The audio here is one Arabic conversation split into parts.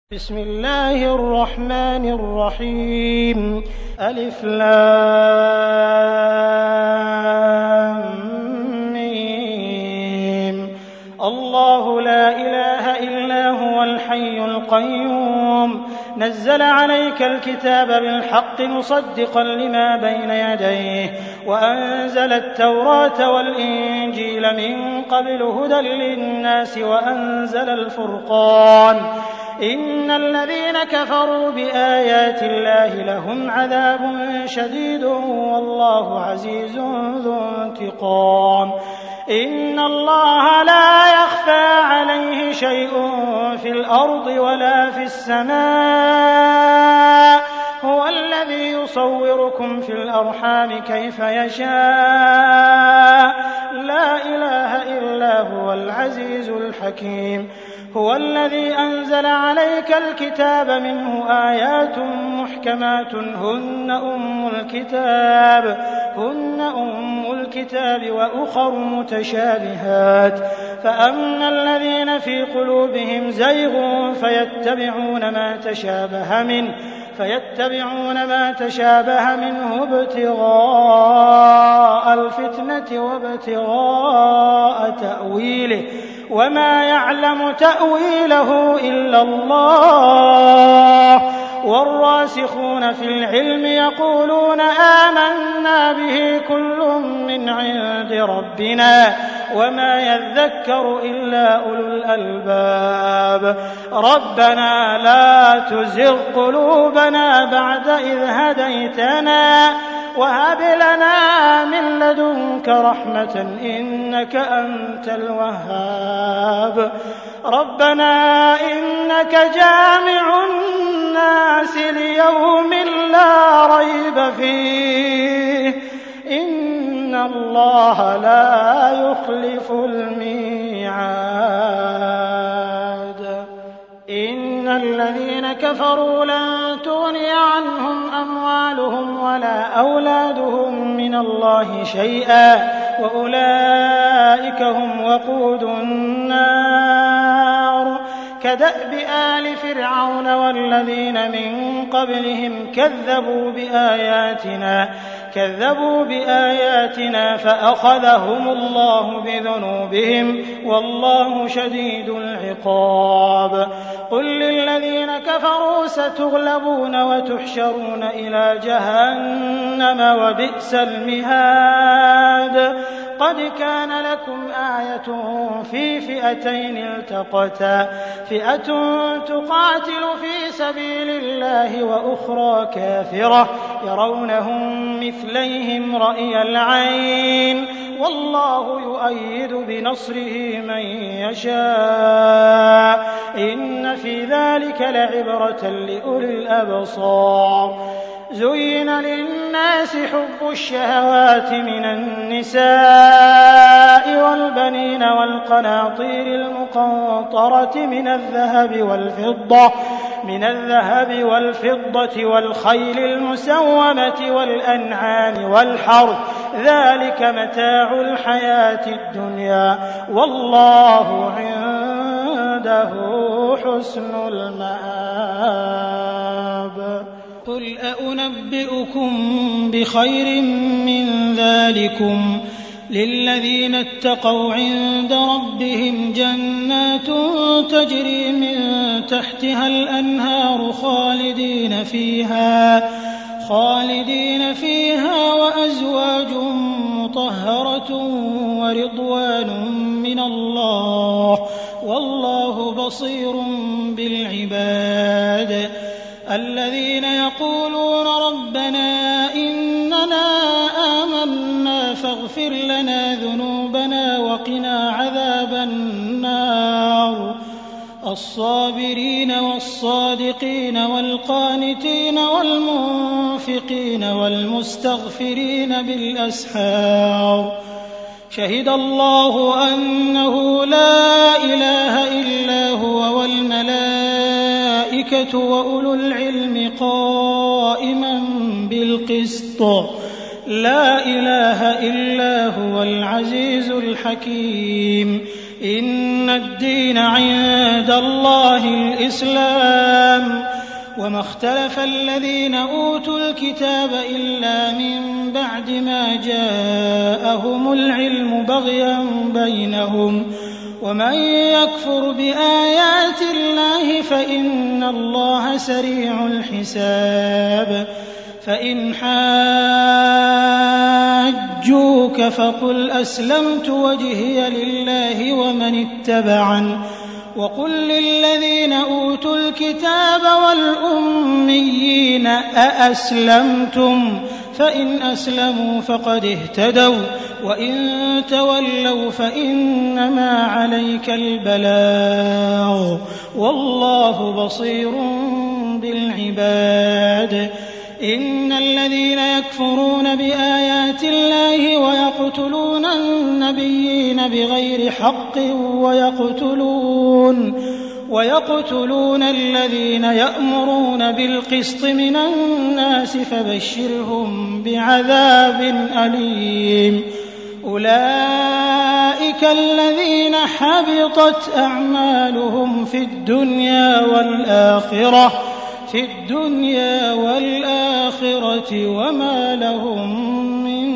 بسم الله الرحمن الرحيم ألف لام ميم الله لا إله إلا هو الحي القيوم نزل عليك الكتاب بالحق مصدقا لما بين يديه وأنزل التوراة والإنجيل من قبل هدى للناس وأنزل الفرقان إن الذين كفروا بآيات الله لهم عذاب شديد والله عزيز ذو انتقام إن الله لا يخفى عليه شيء في الأرض ولا في السماء هو الذي يصوركم في الأرحام كيف يشاء لا إله إلا هو العزيز الحكيم هو الذي أنزل عليك الكتاب منه آيات محكمات هن أم الكتاب وأخر متشابهات فأما الذين في قلوبهم زيغ فيتبعون ما تشابه منه ابتغاء الفتنة وابتغاء تأويله وما يعلم تأويله إلا الله والراسخون في العلم يقولون آمنا به كل من عند ربنا وما يذكر إلا أولو الألباب ربنا لا تزغ قلوبنا بعد إذ هديتنا وهب لنا من لدنك رحمة إنك أنت الوهاب ربنا إنك جامع الناس ليوم لا ريب فيه إن الله لا يخلف الميعاد إن الذين كفروا لن تغني عنهم أموالهم ولا أولادهم من الله شيئا وأولئك هم وقود النار كدأب آل فرعون والذين من قبلهم كذبوا بآياتنا فأخذهم الله بذنوبهم والله شديد العقاب قل للذين كفروا ستغلبون وتحشرون إلى جهنم وبئس المهاد قد كان لكم آية في فئتين التقتا فئة تقاتل في سبيل الله وأخرى كافرة يرونهم مثليهم رأي العين والله يؤيد بنصره من يشاء إن في ذلك لعبرة لأولي الأبصار زين للناس حب الشهوات من النساء والبنين والقناطير المقنطرة من الذهب والفضة والخيل المسومة والأنعام والحرث ذلك متاع الحياة الدنيا والله عنده حسن المآب قل أنبئكم بخير من ذلكم للذين اتقوا عند ربهم جنات تجري من تحتها الأنهار خالدين فيها وأزواج مطهرة ورضوان من الله والله بصير بالعباد الذين يقولون ربنا إننا آمنا فاغفر لنا ذنوبنا وقنا عذاب النار الصابرين والصادقين والقانتين والمنفقين والمستغفرين بالأسحار شهد الله أنه لا إله إلا هو والملائكة وأولو العلم قائما بالقسط لا إله إلا هو العزيز الحكيم إن الدين عند الله الإسلام وما اختلف الذين أوتوا الكتاب إلا من بعد ما جاءهم العلم بغيا بينهم ومن يكفر بآيات الله فإن الله سريع الحساب فإن حاجوك فقل أسلمت وجهي لله ومن اتبعن وقل للذين أوتوا الكتاب والأميين أأسلمتم فإن أسلموا فقد اهتدوا وإن تولوا فإنما عليك البلاغ والله بصير بالعباد إن الذين يكفرون بآيات الله ويقتلون النبيين بغير حق ويقتلون الذين يأمرون بالقسط من الناس فبشرهم بعذاب أليم أولئك الذين حبطت أعمالهم في الدنيا والآخرة وما لهم من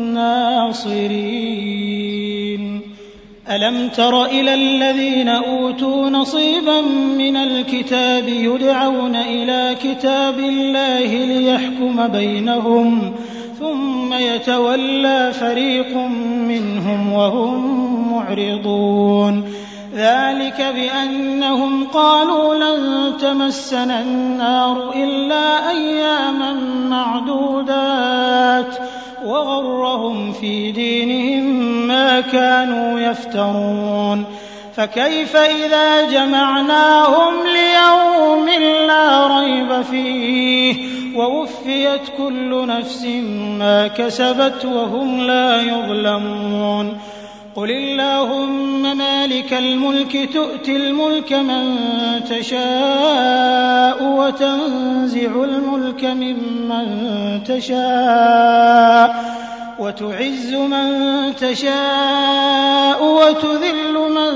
ناصرين ألم تر إلى الذين أوتوا نصيبا من الكتاب يدعون إلى كتاب الله ليحكم بينهم ثم يتولى فريق منهم وهم معرضون ذلك بأنهم قالوا لن تمسنا النار إلا أياما معدودات وغرهم في دينهم ما كانوا يفترون فكيف إذا جمعناهم ليوم لا ريب فيه ووفيت كل نفس ما كسبت وهم لا يظلمون قل اللهم مالك الملك تؤتي الملك من تشاء وتنزع الملك ممن تشاء وتعز من تشاء وتذل من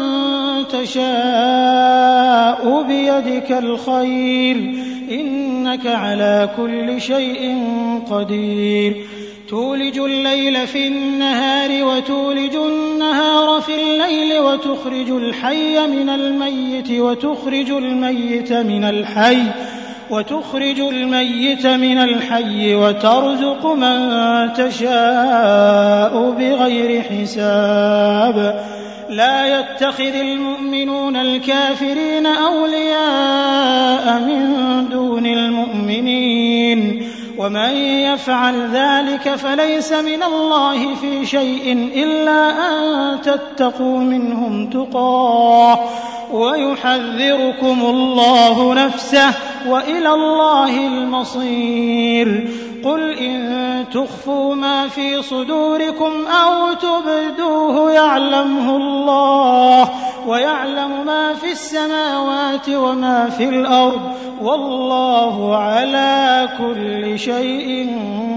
تشاء بيدك الخير إنك على كل شيء قدير تولج الليل في النهار وتولج النهار في الليل وتخرج الحي من الميت وتخرج الميت من الحي وترزق من تشاء بغير حساب لا يتخذ المؤمنون الكافرين أولياء من دون المؤمنين ومن يفعل ذلك فليس من الله في شيء إلا أن تتقوا منهم تقاه ويحذركم الله نفسه وإلى الله المصير قل إن تخفوا ما في صدوركم أو تبدوه يعلمه الله ويعلم ما في السماوات وما في الأرض والله على كل شيء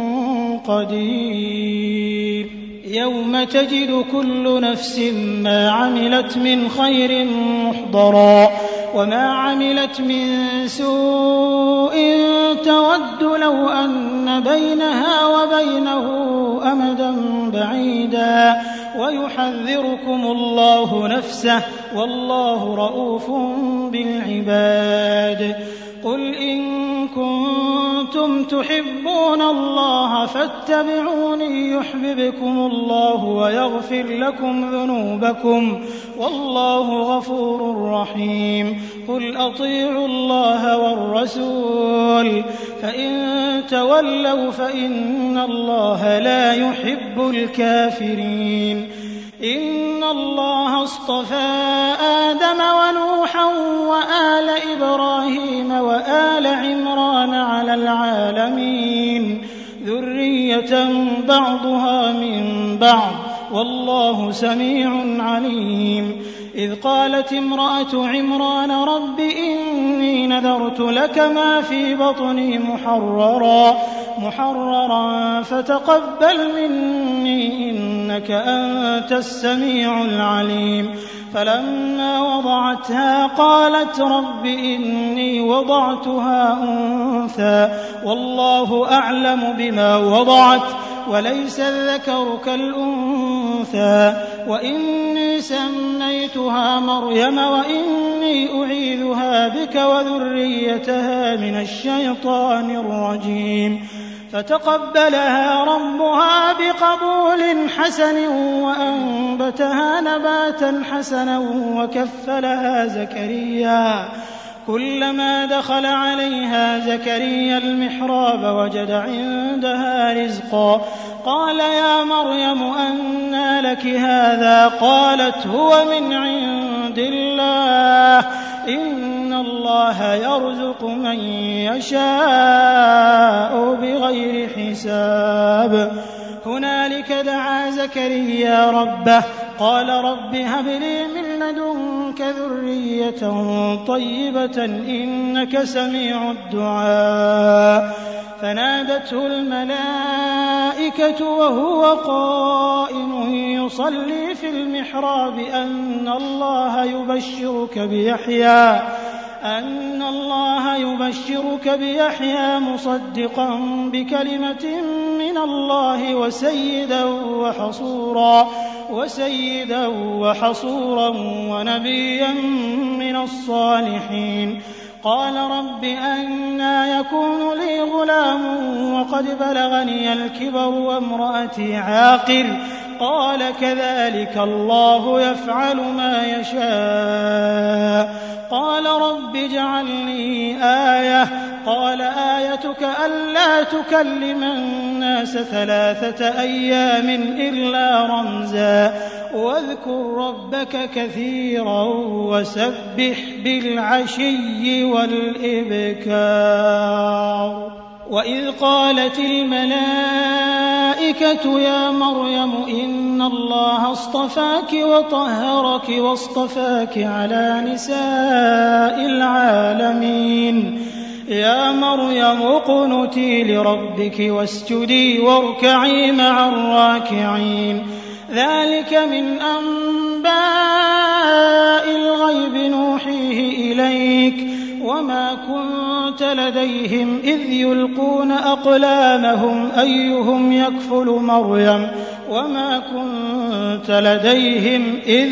قدير يوم تجد كل نفس ما عملت من خير محضرا وما عملت من سوء تود لو أن بينها وبينه أمدا بعيدا ويحذركم الله نفسه والله رءوف بالعباد قل إن كنتم تحبون الله فاتبعوني يحببكم الله ويغفر لكم ذنوبكم والله غفور رحيم قل أطيعوا الله والرسول فإن تولوا فإن الله لا يحب الكافرين إن الله اصطفى آدم ونوحا وآل إبراهيم وآل عمران على العالمين ذرية بعضها من بعض والله سميع عليم إذ قالت امرأة عمران رب إني نذرت لك ما في بطني محررا فتقبل مني إنك أنت السميع العليم فلما وضعتها قالت رب إني وضعتها أنثى والله أعلم بما وضعت وليس الذكر كالأنثى وإني سميتها مريم وإني أعيذها بك وذريتها من الشيطان الرجيم فتقبلها ربها بقبول حسن وأنبتها نباتا حسنا وكفلها زكريا كلما دخل عليها زكريا المحراب وجد عندها رزقا قال يا مريم أنى لك هذا قالت هو من عند الله إن الله يرزق من يشاء بغير حساب هنالك دعا زكريا ربه قال رب هب لي من لدنك ذرية طيبة إنك سميع الدعاء فنادته الملائكة وهو قائم يصلي في المحراب أن الله يبشرك بيحيى مصدقا بكلمة من الله وسيدا وحصورا ونبيا من الصالحين قال رب أنى يكون لي غلام وقد بلغني الكبر وامرأتي عاقر قال كذلك الله يفعل ما يشاء قال رب اجعل لي آية قال آيتك ألا تكلم الناس 3 أيام إلا رمزا واذكر ربك كثيرا وسبح بالعشي والإبكار وإذ قالت الملائكة يا مريم إن الله اصطفاك وطهرك واصطفاك على نساء العالمين يا مريم اقنتي لربك واسجدي واركعي مع الراكعين ذلك من أنباء الغيب نوحيه إليك وما كنت لديهم إذ يلقون أقلامهم أيهم يكفل مريم وما كنت لديهم إذ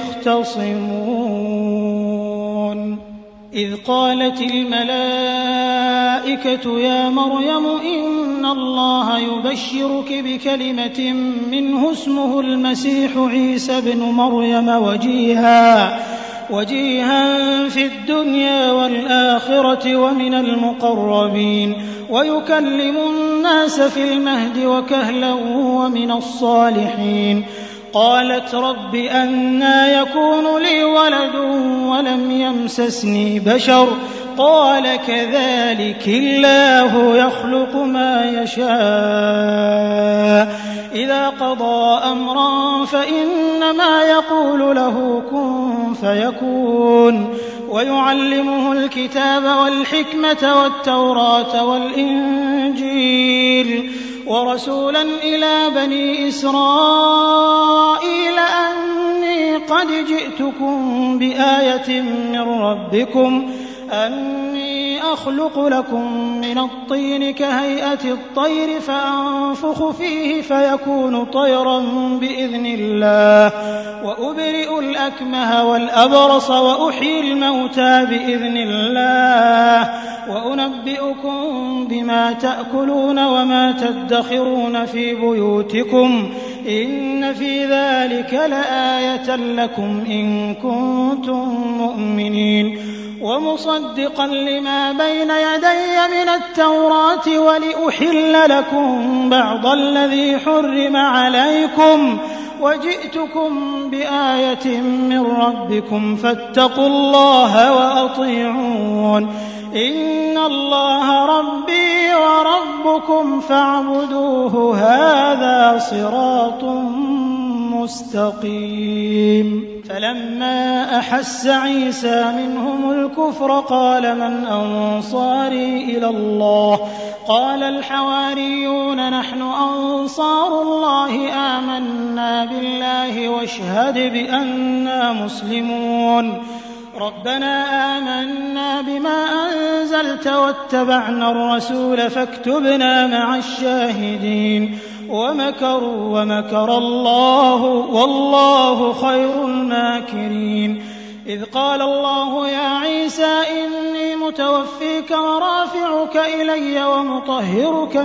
يختصمون إذ قالت الملائكة يا مريم إن الله يبشرك بكلمة منه اسمه المسيح عيسى بن مريم وجيها في الدنيا والآخرة ومن المقربين ويكلم الناس في المهد وكهلا ومن الصالحين قالت رب أنى يكون لي ولد ولم يمسسني بشر قال كذلك الله يخلق ما يشاء إذا قضى أمرا فإنما يقول له كن فيكون ويعلمه الكتاب والحكمة والتوراة والإنجيل ورسولا إلى بني إسرائيل أني قد جئتكم بآية من ربكم أني أخلق لكم من الطين كهيئة الطير فأنفخ فيه فيكون طيرا بإذن الله وأبرئ الأكمه والأبرص وأحيي الموتى بإذن الله وأنبئكم بما تأكلون وما تدخرون في بيوتكم إن في ذلك لآية لكم إن كنتم مؤمنين ومصدقا لما بين يدي من التوراة ولأحل لكم بعض الذي حرم عليكم وجئتكم بآية من ربكم فاتقوا الله وأطيعون إن الله ربي وربكم فاعبدوه هذا صراط مستقيم فلما أحس عيسى منهم الكفر قال من أنصاري إلى الله قال الحواريون نحن أنصار الله آمنا بالله واشهد بأننا مسلمون ربنا آمنا بما أنزلت واتبعنا الرسول فاكتبنا مع الشاهدين ومكروا ومكر الله والله خير الماكرين إذ قال الله يا عيسى إني متوفيك ورافعك إلي ومطهرك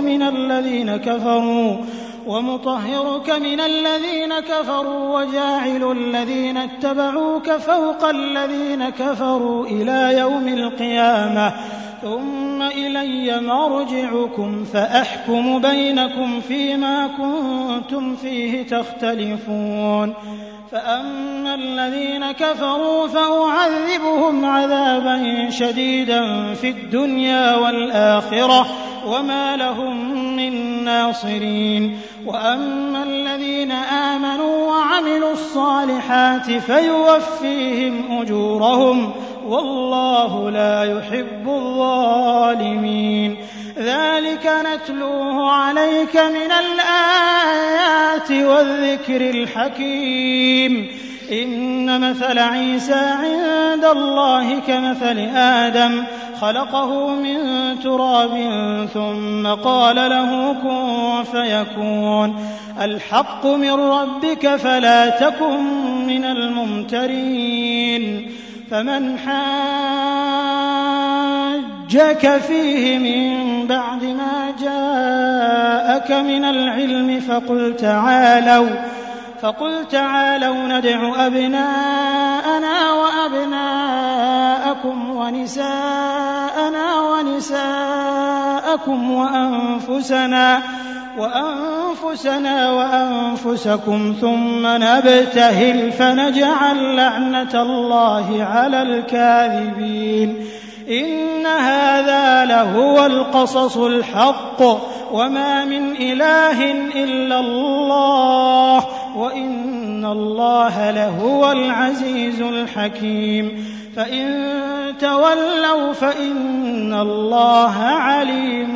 من الذين كفروا وجاعل الذين اتبعوك فوق الذين كفروا إلى يوم القيامة ثم إلي مرجعكم فأحكم بينكم فيما كنتم فيه تختلفون فأما الذين كفروا فأعذبهم عذابا شديدا في الدنيا والآخرة وما لهم من ناصرين وأما الذين آمنوا وعملوا الصالحات فيوفيهم أجورهم والله لا يحب الظالمين ذلك نتلوه عليك من الآيات والذكر الحكيم إن مثل عيسى عند الله كمثل آدم خلقه من تراب ثم قال له كن فيكون الحق من ربك فلا تكن من الممترين فمن حاجك فيه من بعد ما جاءك من العلم فقل تعالوا ندع أبناءنا وأبناءكم ونساءنا ونساءكم وأنفسنا وأنفسكم ثم نبتهل فنجعل لعنة الله على الكاذبين إن هذا لهو القصص الحق وما من إله إلا الله وإن الله لهو العزيز الحكيم فإن تولوا فإن الله عليم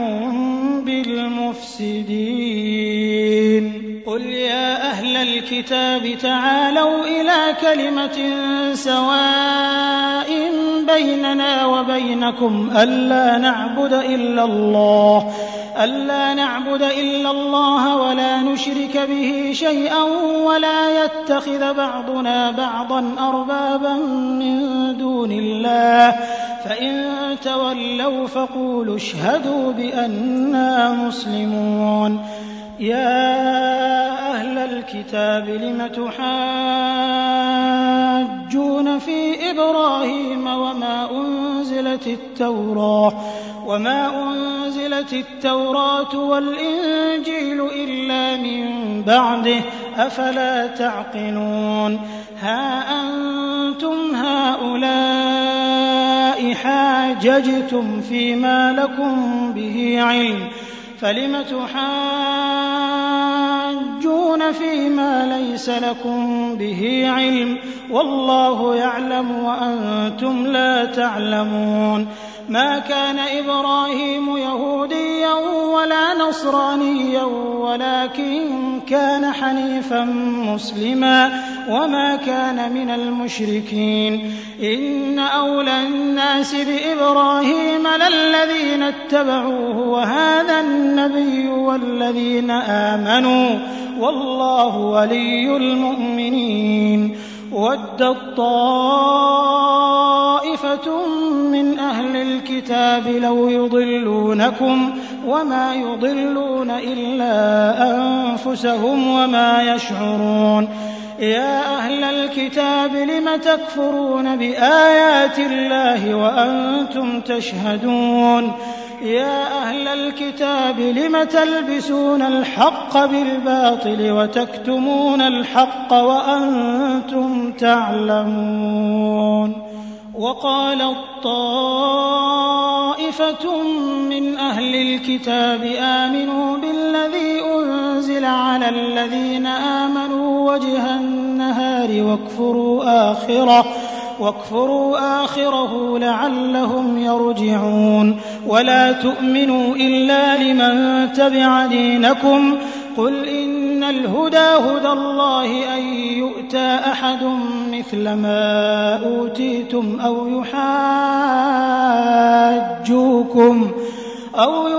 بالمفسدين قل يا أهل الكتاب تعالوا إلى كلمة سواء بيننا وبينكم ألا نعبد إلا الله ولا نشرك به شيئا ولا يتخذ بعضنا بعضا أربابا من دون الله فإن تولوا فقولوا اشهدوا بأننا مسلمون يا أهل الكتاب لم تحاجون في إبراهيم وما أنزلت التوراة والإنجيل إلا من بعده أفلا تعقلون ها أنتم هؤلاء حاججتم فيما لكم به علم فلم تحاجون فيما ليس لكم به علم والله يعلم وأنتم لا تعلمون ما كان إبراهيم يهوديا ولا نصرانيا ولكن كان حنيفا مسلما وما كان من المشركين إن أولى الناس بإبراهيم للذين اتبعوه وهذا النبي والذين آمنوا والله ولي المؤمنين ودت طائفة من أهل الكتاب لو يضلونكم وما يضلون إلا أنفسهم وما يشعرون يا أهل الكتاب لم تكفرون بآيات الله وأنتم تشهدون يا أهل الكتاب لم تلبسون الحق بالباطل وتكتمون الحق وأنتم تعلمون وقالت طائفة من أهل الكتاب آمنوا بالذي أنزل على الذين آمنوا وجه النهار النهار واكفروا آخره لعلهم يرجعون. ولا تؤمنوا إلا لمن تبع دينكم قل إن الهدى هدى الله أن يؤتى أحد مثل ما أوتيتم أو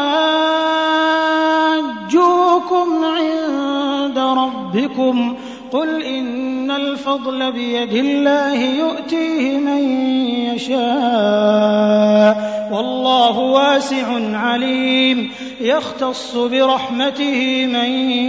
يحاجوكم عند ربكم قل إن الفضل بيد الله يؤتيه من يشاء والله واسع عليم يختص برحمته من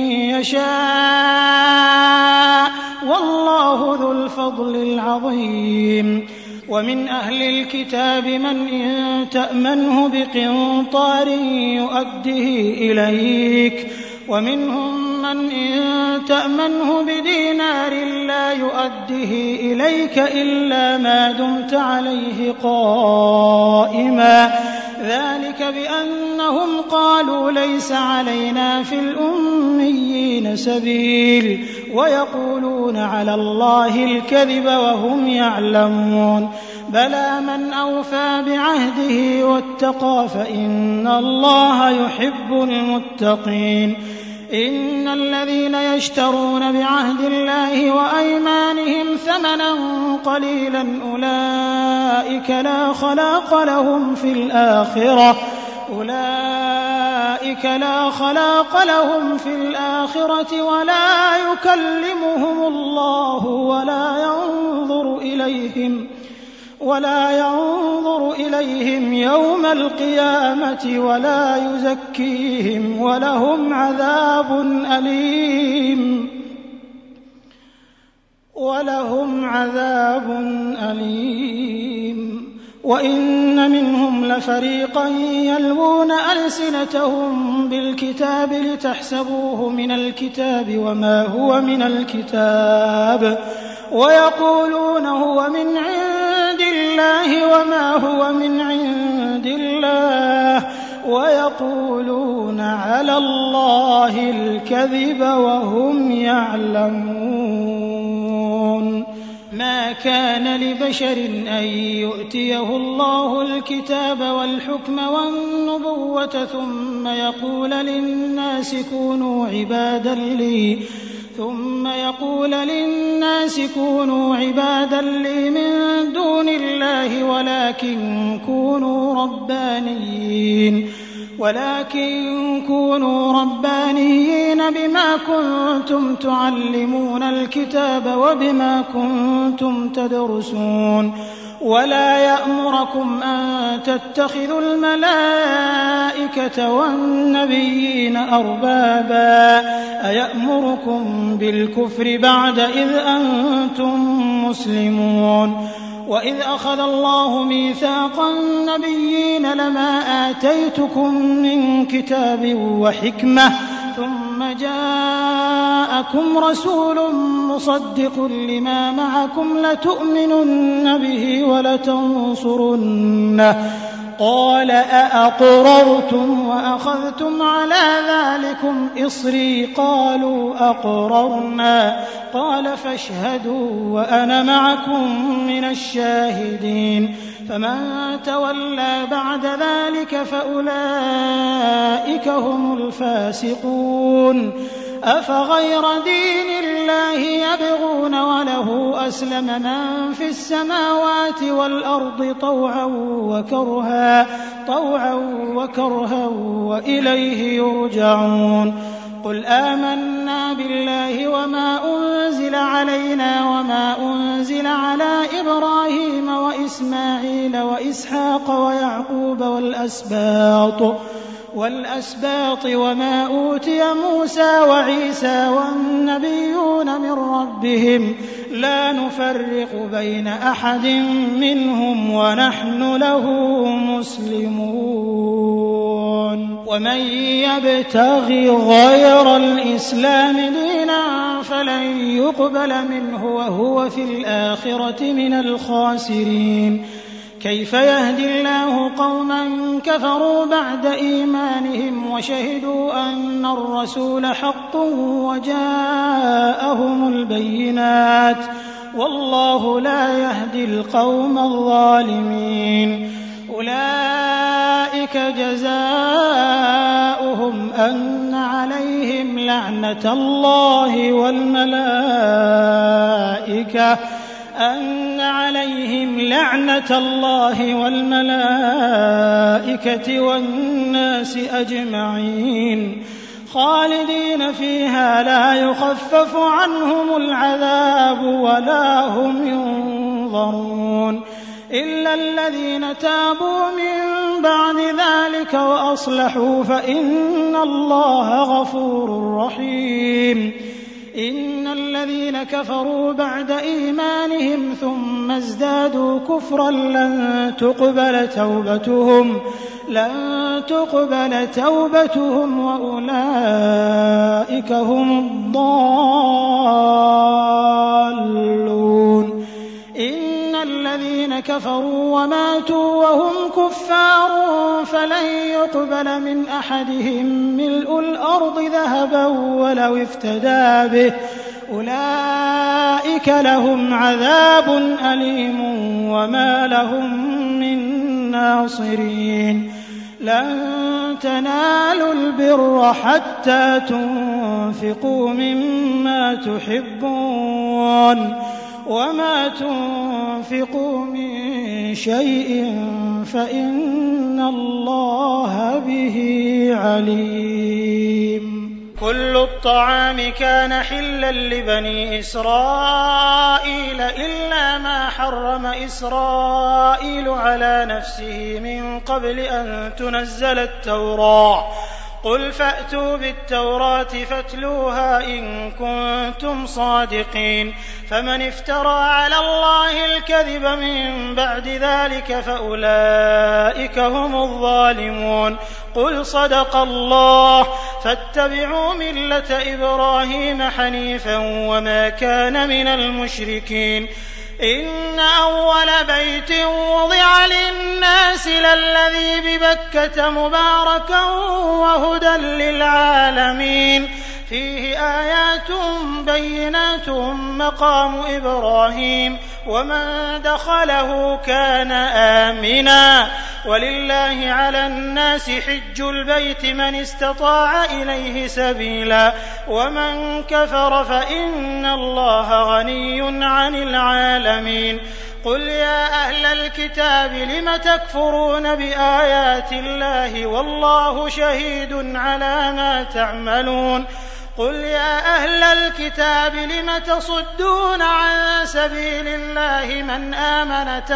يشاء والله ذو الفضل العظيم. ومن أهل الكتاب من إن تأمنه بقنطار يؤده إليك ومنهم من إن تأمنه بدينار لا يؤده إليك إلا ما دمت عليه قائما ذلك بأنهم قالوا ليس علينا في الأميين سبيل ويقولون على الله الكذب وهم يعلمون. بلى من أوفى بعهده واتقى فإن الله يحب المتقين. إن الذين يشترون بعهد الله وأيمانهم ثمنا قليلا أولئك لا خلاق لهم في الآخرة ولا يكلمهم الله ولا ينظر إليهم يوم القيامة ولا يزكيهم ولهم عذاب أليم. وإن منهم لفريقا يلوون ألسنتهم بالكتاب لتحسبوه من الكتاب وما هو من الكتاب ويقولون هو من عند الله وما هو من عند الله ويقولون على الله الكذب وهم يعلمون. ما كان لبشر أن يؤتيه الله الكتاب والحكم والنبوة ثم يقول للناس كونوا عبادا لي من دون الله ولكن كونوا ربانيين بما كنتم تعلمون الكتاب وبما كنتم تدرسون. ولا يأمركم أن تتخذوا الملائكة والنبيين أربابا أيأمركم بالكفر بعد إذ أنتم مسلمون. وإذ أخذ الله ميثاق النبيين لما آتيتكم من كتاب وحكمة ثم جاءكم رسول مصدق لما معكم لتؤمنن به ولتنصرنه قال أأقررتم وأخذتم على ذلكم إصري قالوا أقررنا قال فاشهدوا وأنا معكم من الشاهدين. فمن تولى بعد ذلك فأولئك هم الفاسقون. أفغير دين الله يبغون وله أسلم من في السماوات والأرض طوعا وكرها وإليه يرجعون. قل آمنا بالله وما أنزل علينا وما أنزل على إبراهيم وإسماعيل وإسحاق ويعقوب والأسباط وما أوتي موسى وعيسى والنبيون من ربهم لا نفرق بين أحد منهم ونحن له مسلمون. ومن يبتغي غير الإسلام دينا فلن يقبل منه وهو في الآخرة من الخاسرين. كيف يهدي الله قوما كفروا بعد إيمانهم وشهدوا أن الرسول حق وجاءهم البينات والله لا يهدي القوم الظالمين أولئك جزاؤهم أن عليهم لعنة الله والملائكة والناس أجمعين خالدين فيها لا يخفف عنهم العذاب ولا هم ينظرون إلا الذين تابوا من بعد ذلك وأصلحوا فإن الله غفور رحيم إن الذين كفروا بعد إيمانهم ثم ازدادوا كفرا لن تقبل توبتهم وأولئك هم الضالون إن الذين كفروا وماتوا وهم كفار فلن يقبل من أحدهم ملء الأرض ذهبا ولو افتدى به أولئك لهم عذاب أليم وما لهم من ناصرين لن تنالوا البر حتى تنفقوا مما تحبون وما تنفقوا من شيء فإن الله به عليم كل الطعام كان حلا لبني إسرائيل إلا ما حرم إسرائيل على نفسه من قبل أن تنزل التوراة قل فأتوا بالتوراة فاتلوها إن كنتم صادقين فمن افترى على الله الكذب من بعد ذلك فأولئك هم الظالمون قل صدق الله فاتبعوا ملة إبراهيم حنيفا وما كان من المشركين إن أول بيت وضع للناس للذي ببكة مباركا وهدى للعالمين فيه آيات بينات مقام إبراهيم ومن دخله كان آمنا ولله على الناس حج البيت من استطاع إليه سبيلا ومن كفر فإن الله غني عن العالمين قل يا أهل الكتاب لم تكفرون بآيات الله والله شهيد على ما تعملون قل يا أهل الكتاب لم تصدون عن سبيل الله من آمن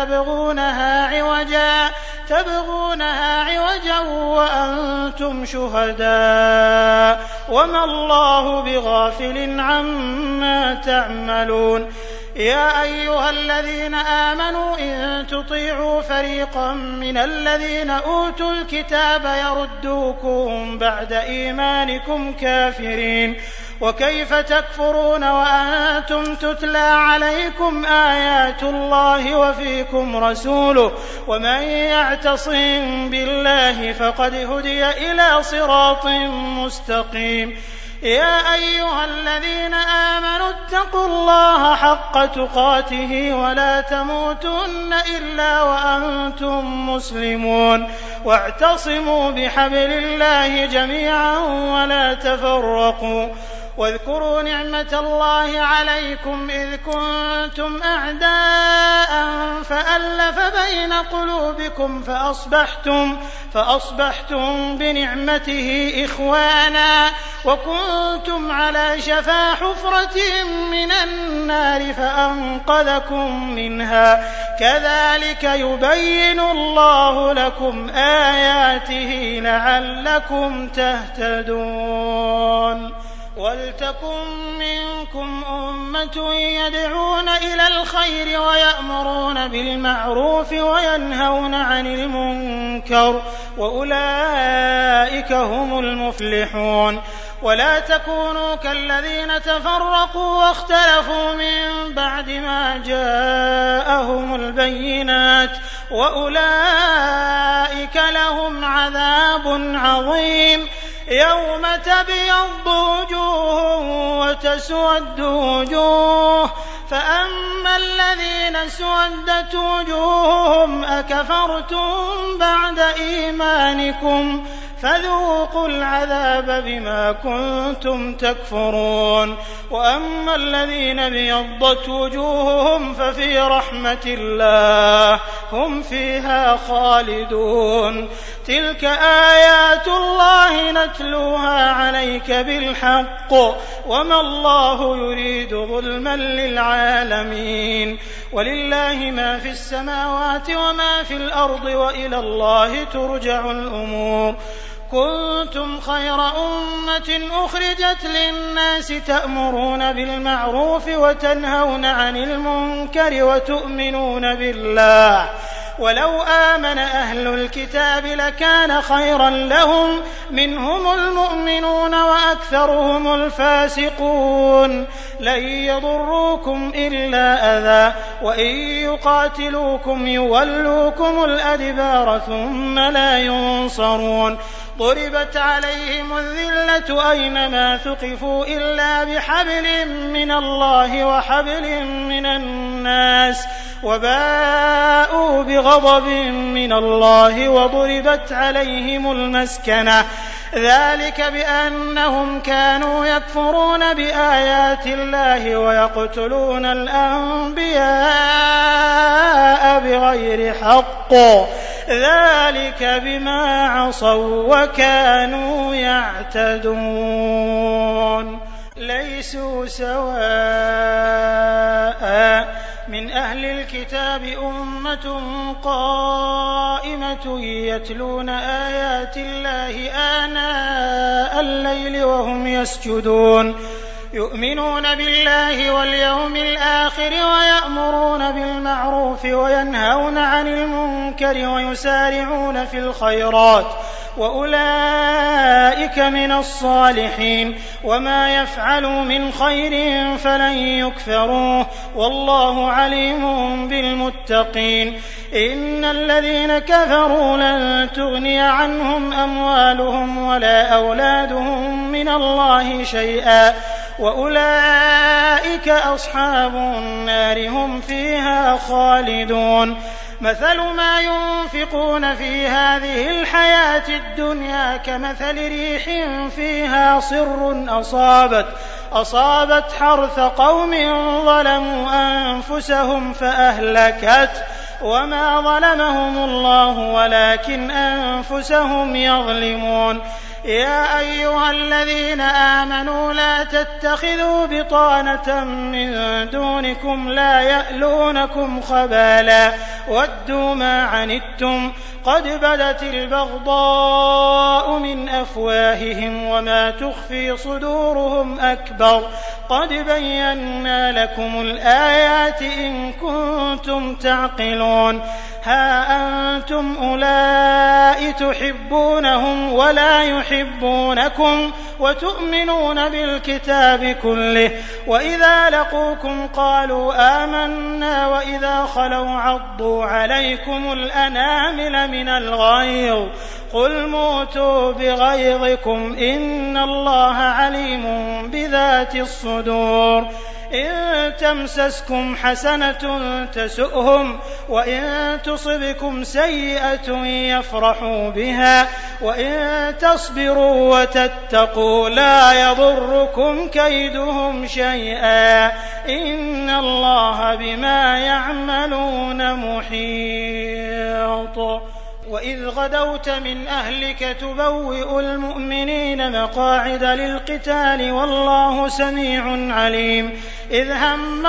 تبغونها عوجا وأنتم شهداء وما الله بغافل عما تعملون يا أيها الذين آمنوا إن تطيعوا فريقا من الذين أوتوا الكتاب يردوكم بعد إيمانكم كافرين وكيف تكفرون وأنتم تتلى عليكم آيات الله وفيكم رسوله ومن يعتصم بالله فقد هدي إلى صراط مستقيم يا أيها الذين آمنوا اتقوا الله حق تقاته ولا تموتن إلا وأنتم مسلمون واعتصموا بحبل الله جميعا ولا تفرقوا واذكروا نعمة الله عليكم إذ كنتم أعداء فألف بين قلوبكم فأصبحتم بنعمته إخوانا وكنتم على شفا حفرة من النار فأنقذكم منها كذلك يبين الله لكم آياته لعلكم تهتدون ولتكن منكم أمة يدعون إلى الخير ويأمرون بالمعروف وينهون عن المنكر وأولئك هم المفلحون ولا تكونوا كالذين تفرقوا واختلفوا من بعد ما جاءهم البينات وأولئك لهم عذاب عظيم يوم تبيض وجوه وتسود وجوه فأما الذين اسودت وجوههم أكفرتم بعد إيمانكم فذوقوا العذاب بما كنتم تكفرون وأما الذين ابيضت وجوههم ففي رحمة الله هم فيها خالدون تلك آيات الله نتلوها عليك بالحق وما الله يريد ظلما للعالمين ولله ما في السماوات وما في الأرض وإلى الله ترجع الأمور كنتم خير أمة أخرجت للناس تأمرون بالمعروف وتنهون عن المنكر وتؤمنون بالله ولو آمن أهل الكتاب لكان خيرا لهم منهم المؤمنون وأكثرهم الفاسقون لن يضروكم إلا أذى وإن يقاتلوكم يولوكم الأدبار ثم لا ينصرون ضربت عليهم الذلة أينما ثقفوا إلا بحبل من الله وحبل من الناس وباءوا بغضب من الله وضربت عليهم المسكنة ذلك بأنهم كانوا يكفرون بآيات الله ويقتلون الأنبياء بغير حق ذلك بما عصوا وكانوا يعتدون ليسوا سواء من أهل الكتاب أمة قائمة يتلون آيات الله آناء الليل وهم يسجدون يؤمنون بالله واليوم الآخر ويأمرون بالمعروف وينهون عن المنكر ويسارعون في الخيرات وأولئك من الصالحين وما يفعلوا من خير فلن يكفروه والله عليم بالمتقين إن الذين كفروا لن تغني عنهم أموالهم ولا أولادهم من الله شيئا وأولئك أصحاب النار هم فيها خالدون مثل ما ينفقون في هذه الحياة الدنيا كمثل ريح فيها صر أصابت حرث قوم ظلموا أنفسهم فأهلكت وما ظلمهم الله ولكن أنفسهم يظلمون يا أيها الذين آمنوا لا تتخذوا بطانة من دونكم لا يألونكم خبالا ودوا ما عنتم قد بدت البغضاء من أفواههم وما تخفي صدورهم أكبر قد بينا لكم الآيات إن كنتم تعقلون ها أنتم أولئك تحبونهم ولا يحبونكم وتؤمنون بالكتاب كله وإذا لقوكم قالوا آمنا وإذا خلوا عضوا عليكم الأنامل من الغيظ قل موتوا بغيظكم إن الله عليم بذات الصدور إن تمسسكم حسنة تسؤهم وإن تصبكم سيئة يفرحوا بها وإن تصبروا وتتقوا لا يضركم كيدهم شيئا إن الله بما يعملون محيط وإذ غدوت من أهلك تبوئ المؤمنين مقاعد للقتال والله سميع عليم إذ هم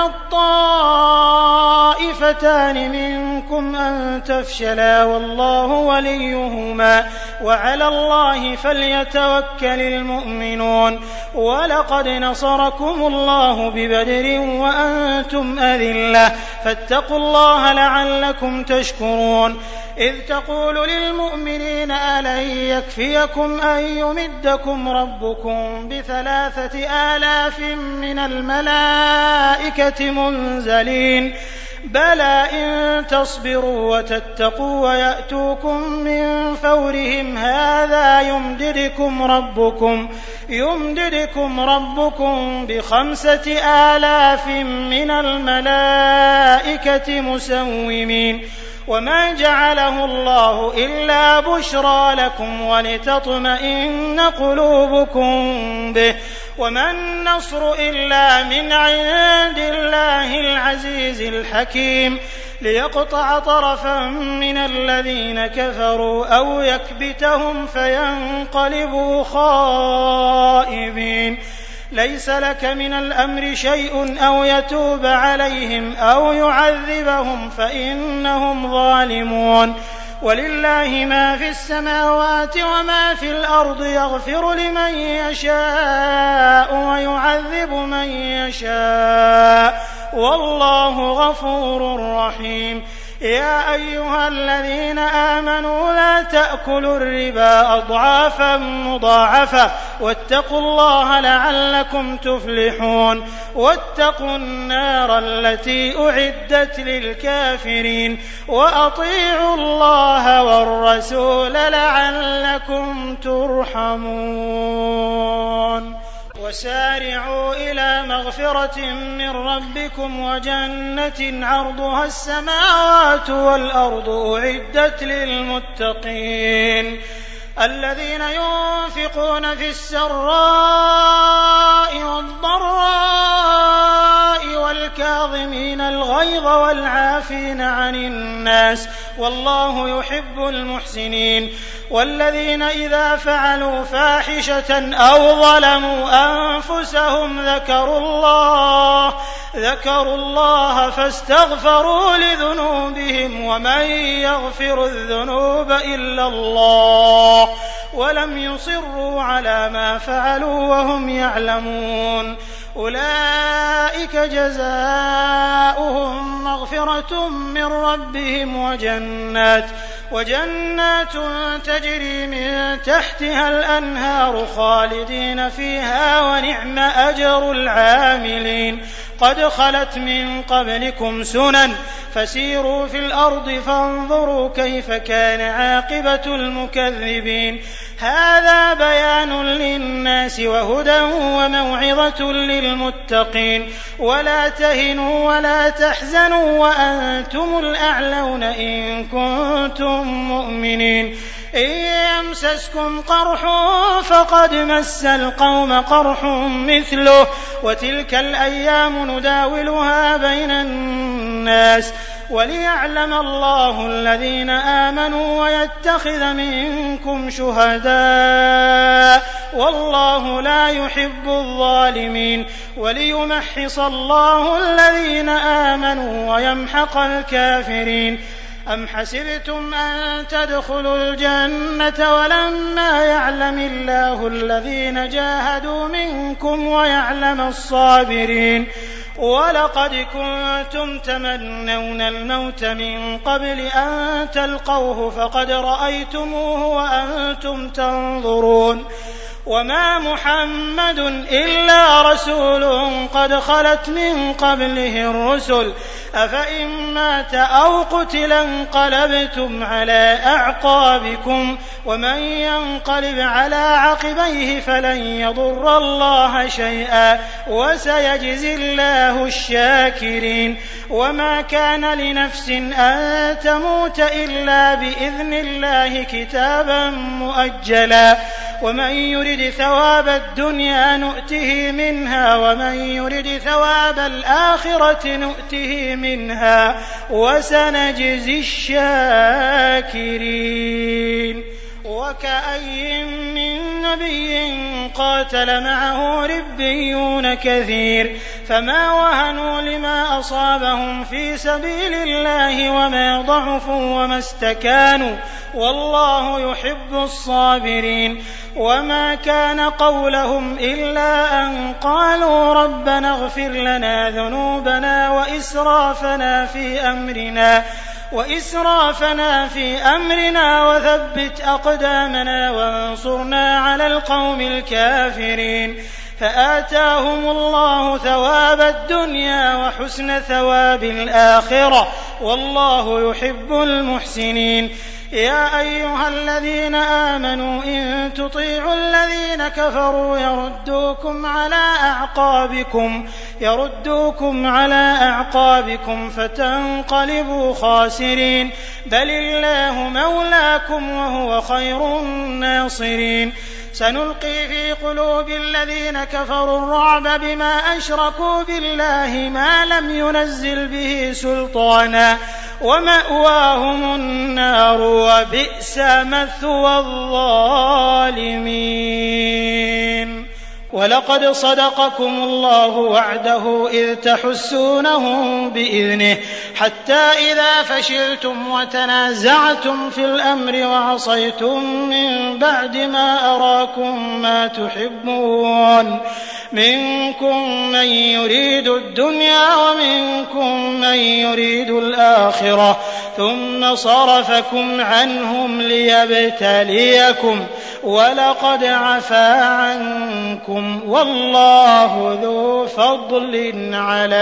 الطائفتان منكم أن تفشلا والله وليهما وعلى الله فليتوكل المؤمنون ولقد نصركم الله ببدر وأنتم أذلة فاتقوا الله لعلكم تشكرون إذ تقول للمؤمنين الذين ألن يكفيكم أن يمدكم ربكم ب3,000 من الملائكة منزلين بلى إن تصبروا وتتقوا ويأتوكم من فورهم هذا يمددكم ربكم ب5,000 من الملائكة مسومين وما جعله الله إلا بشرى لكم ولتطمئن قلوبكم به وما النصر إلا من عند الله العزيز الحكيم ليقطع طرفا من الذين كفروا أو يكبتهم فينقلبوا خائبين ليس لك من الأمر شيء أو يتوب عليهم أو يعذبهم فإنهم ظالمون ولله ما في السماوات وما في الأرض يغفر لمن يشاء ويعذب من يشاء والله غفور رحيم يا أيها الذين آمنوا لا تأكلوا الربا أضعافا مضاعفة واتقوا الله لعلكم تفلحون واتقوا النار التي أعدت للكافرين وأطيعوا الله والرسول لعلكم ترحمون وسارعوا إلى مغفرة من ربكم وجنة عرضها السماوات والأرض أعدت للمتقين الذين ينفقون في السراء والضراء والكاظمين الغيظ والعافين عن الناس والله يحب المحسنين والذين إذا فعلوا فاحشة أو ظلموا أنفسهم ذكروا الله فاستغفروا لذنوبهم ومن يغفر الذنوب إلا الله ولم يصروا على ما فعلوا وهم يعلمون أولئك جزاؤهم مغفرة من ربهم وجنات تجري من تحتها الأنهار خالدين فيها ونعم أجر العاملين قد خلت من قبلكم سنن فسيروا في الأرض فانظروا كيف كان عاقبة المكذبين هذا بيان للناس وهدى وموعظة للمتقين ولا تهنوا ولا تحزنوا وأنتم الأعلون إن كنتم مؤمنين إن يمسسكم قرح فقد مس القوم قرح مثله وتلك الأيام نداولها بين الناس وليعلم الله الذين آمنوا ويتخذ منكم شهداء والله لا يحب الظالمين وليمحص الله الذين آمنوا ويمحق الكافرين أم حسبتم أن تدخلوا الجنة ولما يعلم الله الذين جاهدوا منكم ويعلم الصابرين ولقد كنتم تمنون الموت من قبل أن تلقوه فقد رأيتموه وأنتم تنظرون وما محمد إلا رسول قد خلت من قبله الرسل أفإن مات أو قتل انقلبتم على أعقابكم ومن ينقلب على عقبيه فلن يضر الله شيئا وسيجزي الله الشاكرين وما كان لنفس أن تموت إلا بإذن الله كتابا مؤجلا ومن يرد ثواب الدنيا نؤته منها ومن يرد ثواب الآخرة نؤته منها وسنجزي الشاكرين وكأي من نبي قاتل معه ربيون كثير فما وهنوا لما أصابهم في سبيل الله وما ضعفوا وما استكانوا والله يحب الصابرين وما كان قولهم إلا أن قالوا ربنا اغفر لنا ذنوبنا وإسرافنا في أمرنا وإسرافنا في أمرنا وثبت أقدامنا وانصرنا على القوم الكافرين فآتاهم الله ثواب الدنيا وحسن ثواب الآخرة والله يحب المحسنين. يا أيها الذين آمنوا إن تطيعوا الذين كفروا يردوكم على أعقابكم فتنقلبوا خاسرين بل الله مولاكم وهو خير الناصرين. سنلقي في قلوب الذين كفروا الرعب بما أشركوا بالله ما لم ينزل به سلطانا ومأواهم النار وبئس مثوى الظالمين. ولقد صدقكم الله وعده إذ تحسونهم بإذنه حتى إذا فشلتم وتنازعتم في الأمر وعصيتم من بعد ما أراكم ما تحبون منكم من يريد الدنيا ومنكم من يريد الآخرة ثم صرفكم عنهم ليبتليكم ولقد عفا عنكم والله ذو فضل على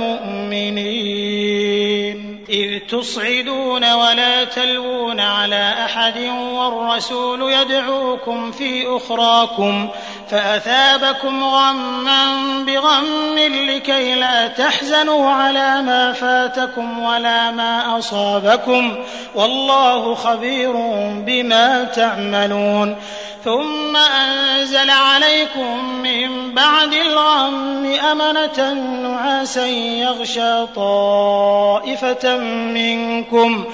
المؤمنين. إذ تصعدون ولا تلوون على أحد والرسول يدعوكم في أخراكم فأثابكم غما بغم لكي لا تحزنوا على ما فاتكم ولا ما أصابكم والله خبير بما تعملون. ثم أنزل عليكم من بعد الغم أمنة نعاسا يغشى طائفة منكم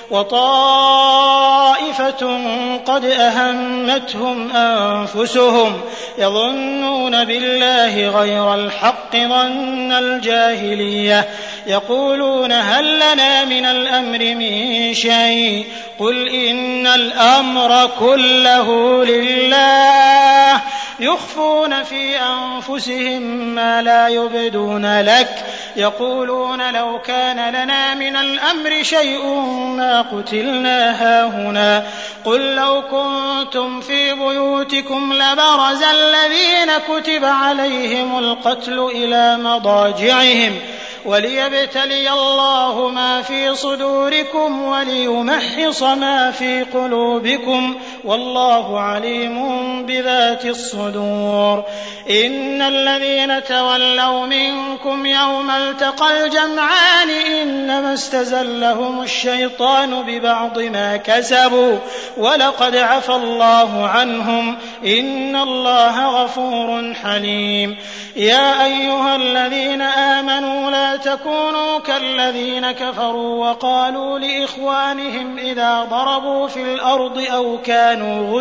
وطائفة قد أهمتهم أنفسهم يظنون بالله غير الحق ظن الجاهلية يقولون هل لنا من الأمر من شيء قل إن الأمر كله لله يخفون في أنفسهم ما لا يبدون لك يقولون لو كان لنا من الأمر شيء ما قتلنا هاهنا قل لو كنتم في بيوتكم لبرز الذين كتب عليهم القتل إلى مضاجعهم وليبتلي الله ما في صدوركم وليمحص ما في قلوبكم والله عليم بذات الصدور. إن الذين تولوا منكم يوم التقى الجمعان إنما استزلهم الشيطان ببعض ما كسبوا ولقد عفى الله عنهم إن الله غفور حليم. يا أيها الذين آمنوا لا تكونوا كالذين كفروا وقالوا لإخوانهم إذا ضربوا في الأرض أو كانوا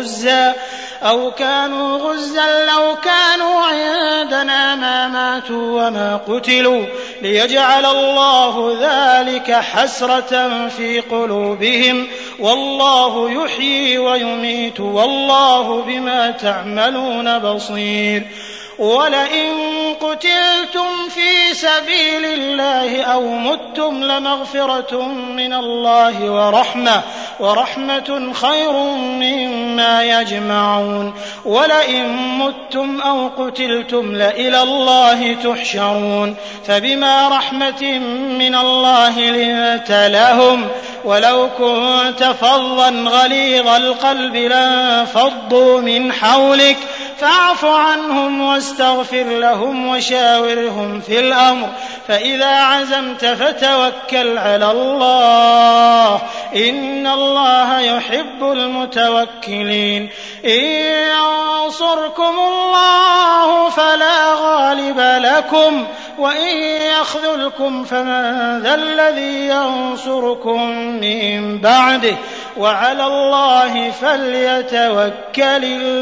غزا لو كانوا عندنا ما ماتوا وما قتلوا ليجعل الله ذلك حسرة في قلوبهم والله يحيي ويميت والله بما تعملون بصير. ولئن قتلتم في سبيل الله أو متم لمغفرة من الله ورحمة خير مما يجمعون. ولئن متم أو قتلتم لإلى الله تحشرون فبما رحمة من الله لنت لهم ولو كنت فظا غليظ القلب لانفضوا من حولك فاعف عنهم واستغفر لهم وشاورهم في الأمر فإذا عزمت فتوكل على الله إن الله يحب المتوكلين. إن ينصركم الله فلا غالب لكم وإن يخذلكم فمن ذا الذي ينصركم من بعده وعلى الله فليتوكل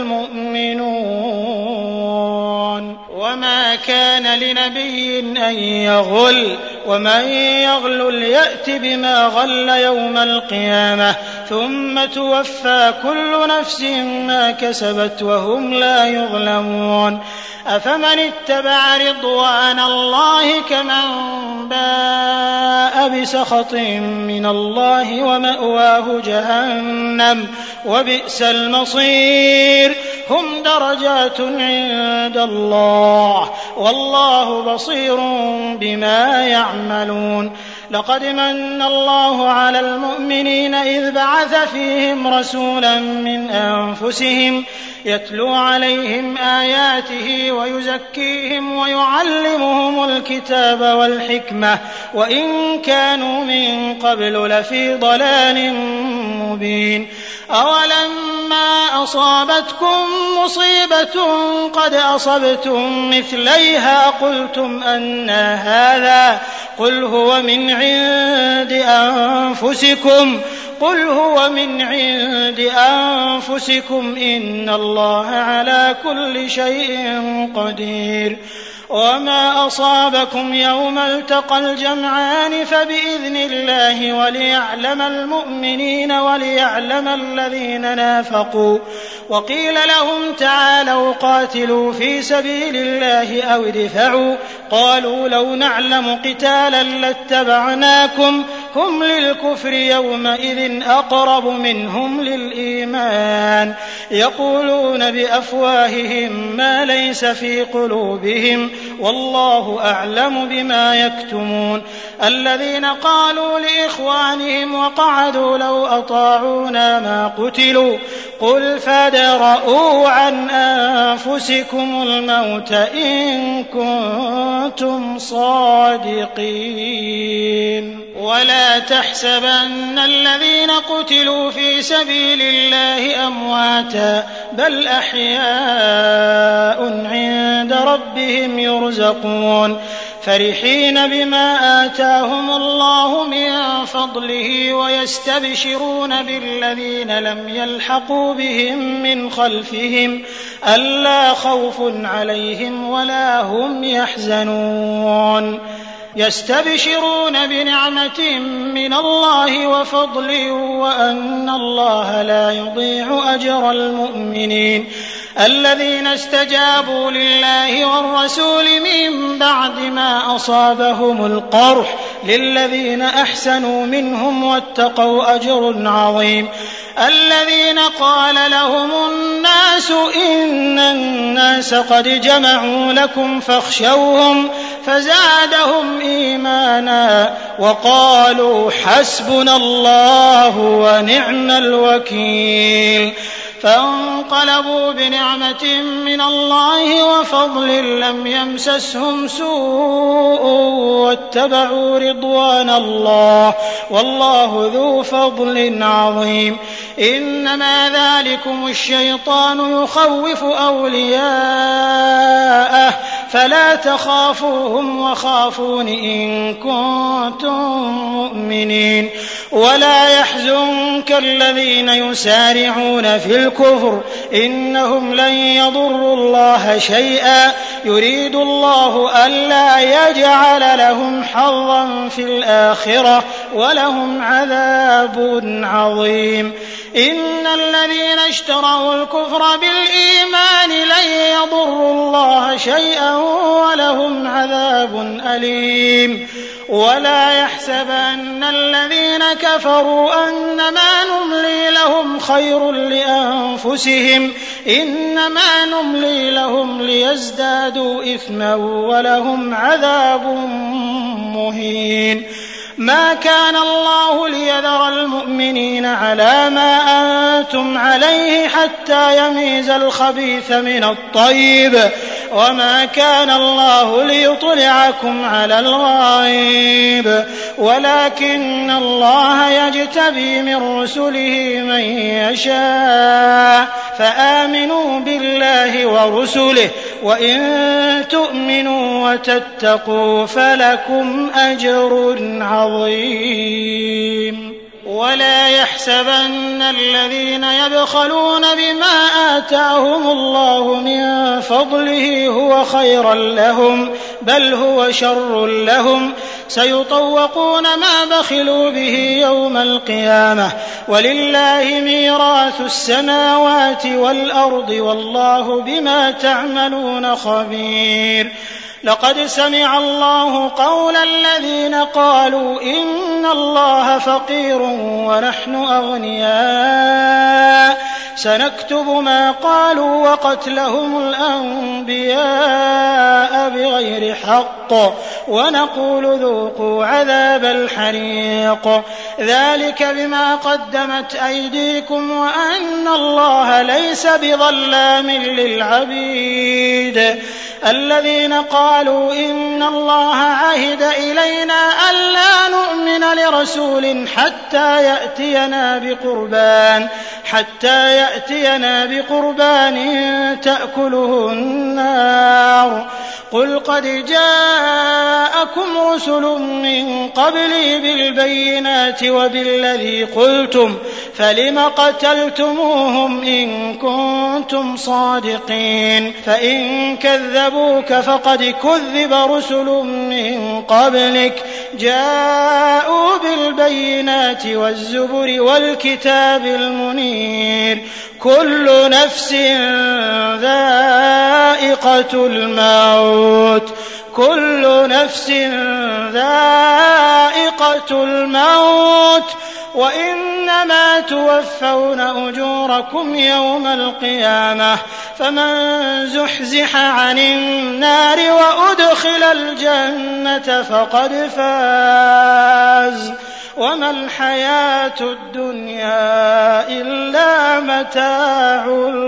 المؤمنون. وما كان لنبي أن يغل ومن يغل يأت بما غل يوم القيامة ثم توفى كل نفس ما كسبت وهم لا يظلمون أفمن اتبع رضوان الله كمن باء بسخط من الله ومأواه جهنم وبئس المصير هم درجات عند الله والله بصير بما يعملون لقد من الله على المؤمنين إذ بعث فيهم رسولا من أنفسهم يتلو عليهم آياته ويزكيهم ويعلمهم الكتاب والحكمة وإن كانوا من قبل لفي ضلال مبين أولما أصابتكم مصيبة قد أصبتم مثليها قلتم أنى هذا قل هو من عند أنفسكم إن الله على كل شيء قدير وما أصابكم يوم التقى الجمعان فبإذن الله وليعلم المؤمنين وليعلم الذين نافقوا وقيل لهم تعالوا قاتلوا في سبيل الله أو ادفعوا قالوا لو نعلم قتالا لاتبعناكم هم للكفر يومئذ أقرب منهم للإيمان يقولون بأفواههم ما ليس في قلوبهم والله أعلم بما يكتمون الذين قالوا لإخوانهم وقعدوا لو أطاعونا ما قتلوا قل فادرءوا عن أنفسكم الموت إن كنتم صادقين ولا تحسبن الذين قتلوا في سبيل الله أمواتا بل أحياء عند ربهم يرزقون فرحين بما آتاهم الله من فضله ويستبشرون بالذين لم يلحقوا بهم من خلفهم ألا خوف عليهم ولا هم يحزنون يستبشرون بنعمة من الله وفضل وأن الله لا يضيع أجر المؤمنين الذين استجابوا لله والرسول من بعد ما أصابهم القرح للذين أحسنوا منهم واتقوا أجر عظيم الذين قال لهم الناس إن الناس قد جمعوا لكم فاخشوهم فزادهم إيمانا وقالوا حسبنا الله ونعم الوكيل فانقلبوا بنعمة من الله وفضل لم يمسسهم سوء واتبعوا رضوان الله والله ذو فضل عظيم إنما ذلكم الشيطان يخوف أولياءه فلا تخافوهم وخافون إن كنتم مؤمنين ولا يحزنك الذين يسارعون في الكفر إنهم لن يضروا الله شيئا يريد الله ألا يجعل لهم حظا في الآخرة ولهم عذاب عظيم إن الذين اشتروا الكفر بالإيمان لن يضروا الله شيئا ولهم عذاب أليم ولا يحسبن الذين كفروا أنما نملي لهم خير لأنفسهم إنما نملي لهم ليزدادوا إثما ولهم عذاب مهين ما كان الله ليذر المؤمنين على ما أنتم عليه حتى يميز الخبيث من الطيب وما كان الله ليطلعكم على الغيب ولكن الله يجتبي من رسله من يشاء فآمنوا بالله ورسله وإن تؤمنوا وتتقوا فلكم أجر عظيم ولا يحسبن الذين يبخلون بما آتاهم الله من فضله هو خيرا لهم بل هو شر لهم سيطوقون ما بخلوا به يوم القيامة ولله ميراث السماوات والأرض والله بما تعملون خبير. لقد سمع الله قول الذين قالوا إن الله فقير ونحن أغنياء سنكتب ما قالوا وقتلهم الأنبياء بغير حق ونقول ذوقوا عذاب الحريق ذلك بما قدمت أيديكم وأن الله ليس بظلام للعبيد. الذين قالوا إن الله عهد إلينا ألا نؤمن لرسول حتى يأتينا بقربان تأكله النار قل قد جاءكم رسل من قبلي بالبينات وبالذي قلتم فلم قتلتموهم إن كنتم صادقين فإن كذبوك فقد كذب رسل من قبلك جاءوا بالبينات والزبر والكتاب المنير كل نفس ذائقة الموت وإنما توفون أجوركم يوم القيامة فمن زحزح عن النار وأدخل الجنة فقد فاز وما الحياة الدنيا إلا متاع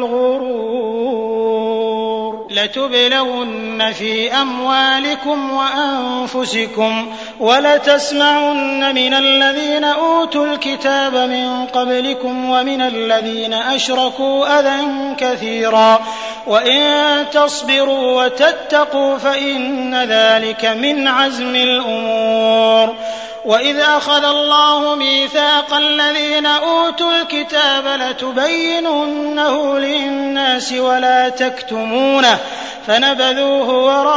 الغرور. لتبلون في أموالكم وأنفسكم ولتسمعن من الذين أوتوا الكتاب من قبلكم ومن الذين أشركوا أذى كثيرا وإن تصبروا وتتقوا فإن ذلك من عزم الأمور. وإذ أخذ الله ميثاق الذين أوتوا الكتاب لتبيننه للناس ولا تكتمونه فنبذوه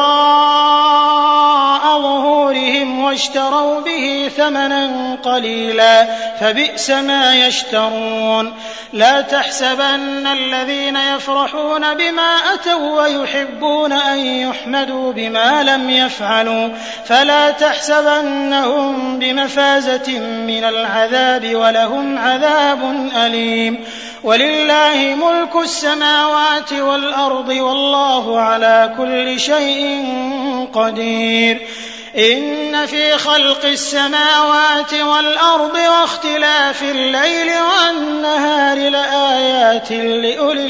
وراء ظهورهم واشتروا به ثمنا قليلا فبئس ما يشترون. لا تحسبن الذين يفرحون بما أتوا ويحبون أن يحمدوا بما لم يفعلوا فلا تحسبنهم بمفازة من العذاب ولهم عذاب أليم. ولله ملك السماوات والأرض والله على كل شيء قدير. إن في خلق السماوات والأرض واختلاف الليل والنهار لآيات لأولي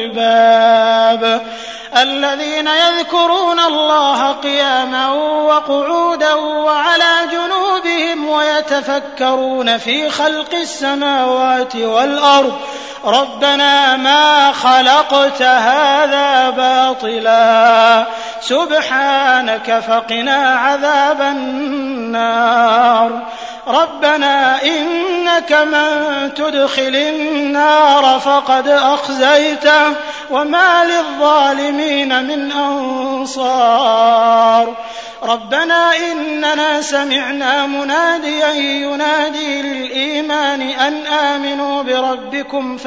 الألباب الذين يذكرون الله قياما وقعودا وعلى جنوبهم ويتفكرون في خلق السماوات والأرض ربنا ما خلقت هذا باطلا سبحانك فقنا عذاب النار. ربنا إنك من تدخل النار فقد أخزيته وما للظالمين من أنصار. ربنا إننا سمعنا مناديا ينادي للإيمان أن آمنوا بربكم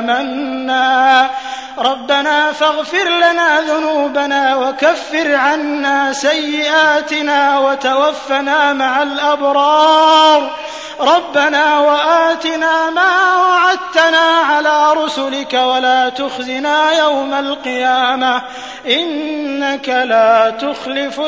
فآمنا ربنا فاغفر لنا ذنوبنا وكفر عنا سيئاتنا وتوفنا مع الأبرار. ربنا وآتنا ما وعدتنا على رسلك ولا تخزنا يوم القيامة إنك لا تخلف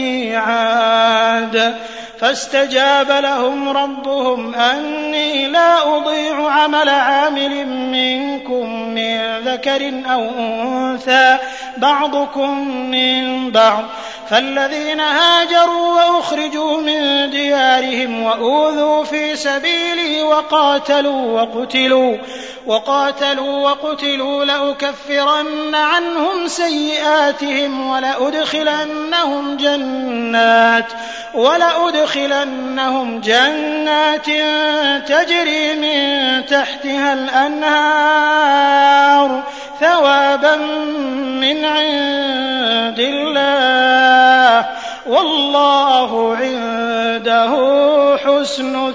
الميعاد. فاستجاب لهم ربهم أني لا أضيع عمل عامل منكم من ذكر أو أنثى بعضكم من بعض فالذين هاجروا وأخرجوا من ديارهم وأوذوا في سبيلي وقاتلوا وقتلوا لأكفرن عنهم سيئاتهم ولأدخلنهم جنات تجري من تحتها الأنهار ثوابا من عند الله والله عنده حسن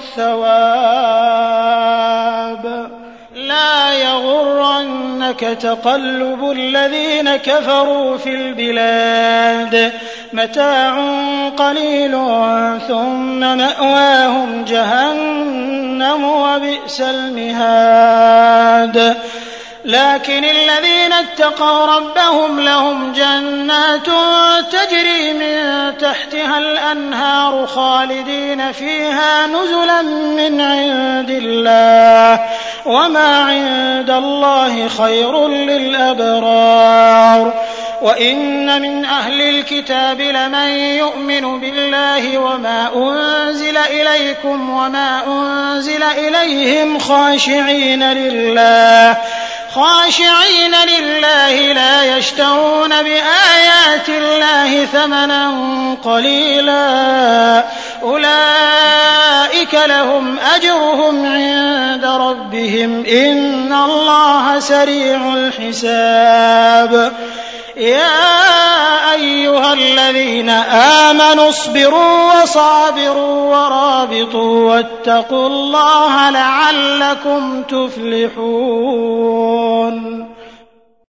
الثواب. لا يغرنك تقلب الذين كفروا في البلاد متاع قليل ثم مأواهم جهنم وبئس المهاد. لكن الذين اتقوا ربهم لهم جنات تجري من تحتها الأنهار خالدين فيها نزلا من عند الله وما عند الله خير للأبرار. وإن من أهل الكتاب لمن يؤمن بالله وما أنزل إليكم وما أنزل إليهم خاشعين لله لا يشترون بآيات الله ثمنا قليلا أولئك لهم أجرهم عند ربهم إن الله سريع الحساب. يا أيها الذين آمنوا اصبروا وصابروا ورابطوا واتقوا الله لعلكم تفلحون.